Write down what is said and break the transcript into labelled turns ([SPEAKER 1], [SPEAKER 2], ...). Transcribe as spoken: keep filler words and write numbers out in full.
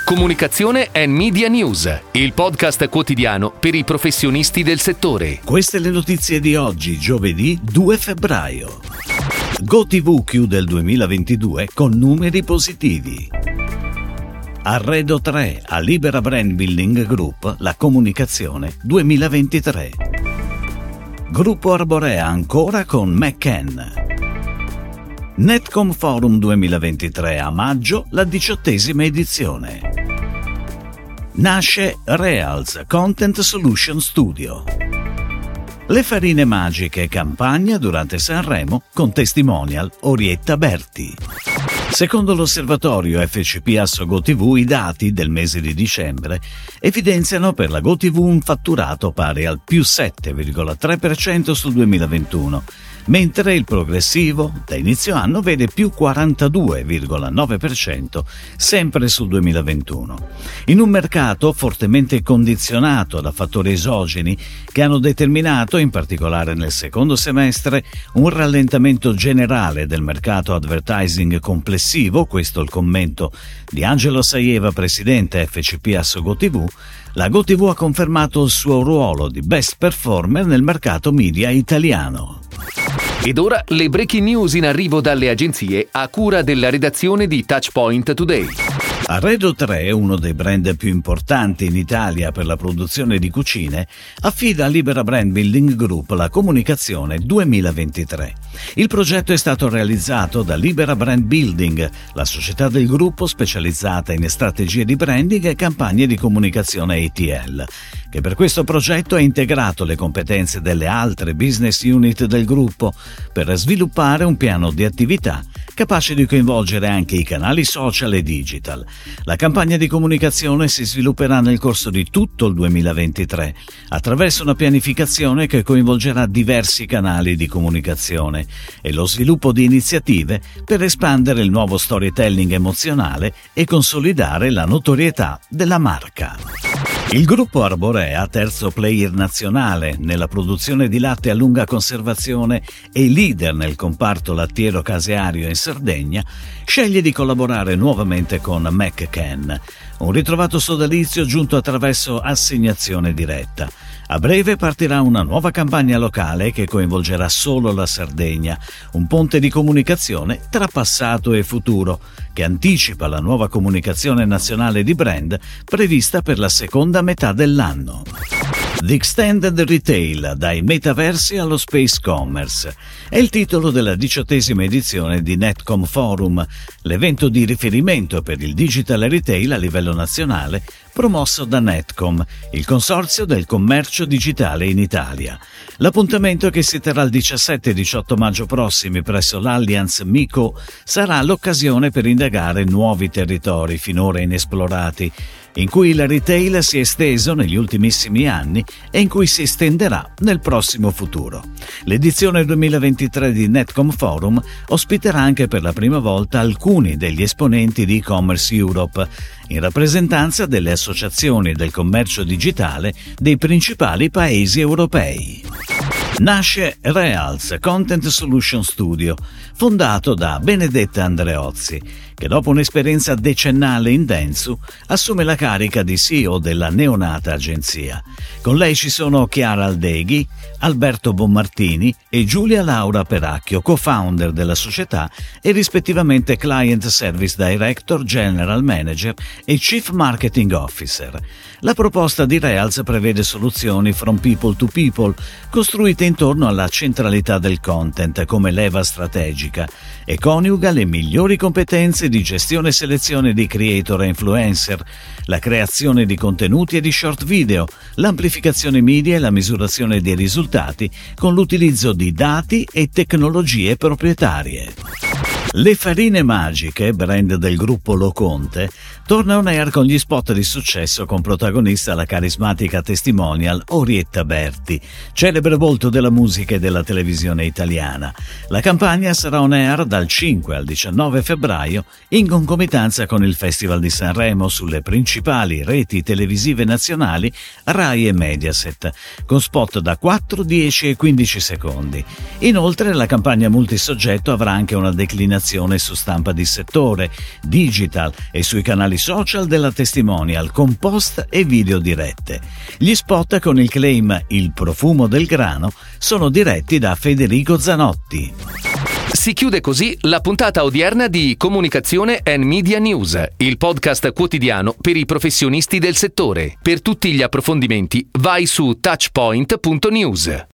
[SPEAKER 1] Comunicazione and Media News, il podcast quotidiano per i professionisti del settore.
[SPEAKER 2] Queste le notizie di oggi, giovedì due febbraio. GoTV chiude il duemilaventidue con numeri positivi. Arredo tre a Libera Brand Building Group, la comunicazione duemilaventitré. Gruppo Arborea ancora con McCann. Netcom Forum duemilaventitré a maggio, la diciottesima edizione. Nasce Reals Content Solution Studio. Le farine magiche campagna durante Sanremo con testimonial Orietta Berti. Secondo l'osservatorio F C P Asso GoTV, i dati del mese di dicembre evidenziano per la GoTV un fatturato pari al più sette virgola tre per cento sul duemilaventuno, mentre il progressivo da inizio anno vede più quarantadue virgola nove per cento sempre sul duemilaventuno. In un mercato fortemente condizionato da fattori esogeni che hanno determinato, in particolare nel secondo semestre, un rallentamento generale del mercato advertising complessivo, questo il commento di Angelo Saieva, presidente F C P Asso GoTV, la GoTV ha confermato il suo ruolo di best performer nel mercato media italiano.
[SPEAKER 1] Ed ora le breaking news in arrivo dalle agenzie a cura della redazione di Touchpoint Today.
[SPEAKER 2] Arredo tre, uno dei brand più importanti in Italia per la produzione di cucine, affida a Libera Brand Building Group la comunicazione duemilaventitré. Il progetto è stato realizzato da Libera Brand Building, la società del gruppo specializzata in strategie di branding e campagne di comunicazione A T L, che per questo progetto ha integrato le competenze delle altre business unit del gruppo per sviluppare un piano di attività capace di coinvolgere anche i canali social e digital. La campagna di comunicazione si svilupperà nel corso di tutto il duemilaventitré attraverso una pianificazione che coinvolgerà diversi canali di comunicazione e lo sviluppo di iniziative per espandere il nuovo storytelling emozionale e consolidare la notorietà della marca. Il gruppo Arborea, terzo player nazionale nella produzione di latte a lunga conservazione e leader nel comparto lattiero-caseario in Sardegna, sceglie di collaborare nuovamente con McCann, un ritrovato sodalizio giunto attraverso assegnazione diretta. A breve partirà una nuova campagna locale che coinvolgerà solo la Sardegna, un ponte di comunicazione tra passato e futuro, che anticipa la nuova comunicazione nazionale di brand prevista per la seconda metà dell'anno. The Extended Retail, dai metaversi allo Space Commerce, è il titolo della diciottesima edizione di Netcom Forum, l'evento di riferimento per il digital retail a livello nazionale promosso da Netcom, il consorzio del commercio digitale in Italia. L'appuntamento, che si terrà il diciassette e diciotto maggio prossimi presso l'Allianz Mico, sarà l'occasione per indagare nuovi territori finora inesplorati, in cui il retail si è esteso negli ultimissimi anni e in cui si estenderà nel prossimo futuro. L'edizione duemilaventitré di Netcom Forum ospiterà anche per la prima volta alcuni degli esponenti di e-commerce Europe, in rappresentanza delle associazioni del commercio digitale dei principali paesi europei. Nasce Reals Content Solution Studio, fondato da Benedetta Andreozzi, che dopo un'esperienza decennale in Dentsu assume la carica di C E O della neonata agenzia. Con lei ci sono Chiara Aldeghi, Alberto Bonmartini e Giulia Laura Peracchio, co-founder della società e rispettivamente Client Service Director, General Manager e Chief Marketing Officer. La proposta di Reals prevede soluzioni from people to people, costruite intorno alla centralità del content come leva strategica, e coniuga le migliori competenze di gestione e selezione di creator e influencer, la creazione di contenuti e di short video, l'amplificazione media e la misurazione dei risultati con l'utilizzo di dati e tecnologie proprietarie. Le farine magiche, brand del gruppo Loconte, torna on air con gli spot di successo con protagonista la carismatica testimonial Orietta Berti, celebre volto della musica e della televisione italiana. La campagna sarà on air dal cinque al diciannove febbraio in concomitanza con il Festival di Sanremo sulle principali reti televisive nazionali Rai e Mediaset, con spot da quattro, dieci e quindici secondi. Inoltre la campagna multisoggetto avrà anche una declinazione illuminazione su stampa di settore, digital e sui canali social della testimonial con post e video dirette. Gli spot con il claim "Il profumo del grano" sono diretti da Federico Zanotti.
[SPEAKER 1] Si chiude così la puntata odierna di Comunicazione and Media News, il podcast quotidiano per i professionisti del settore. Per tutti gli approfondimenti vai su touchpoint punto news.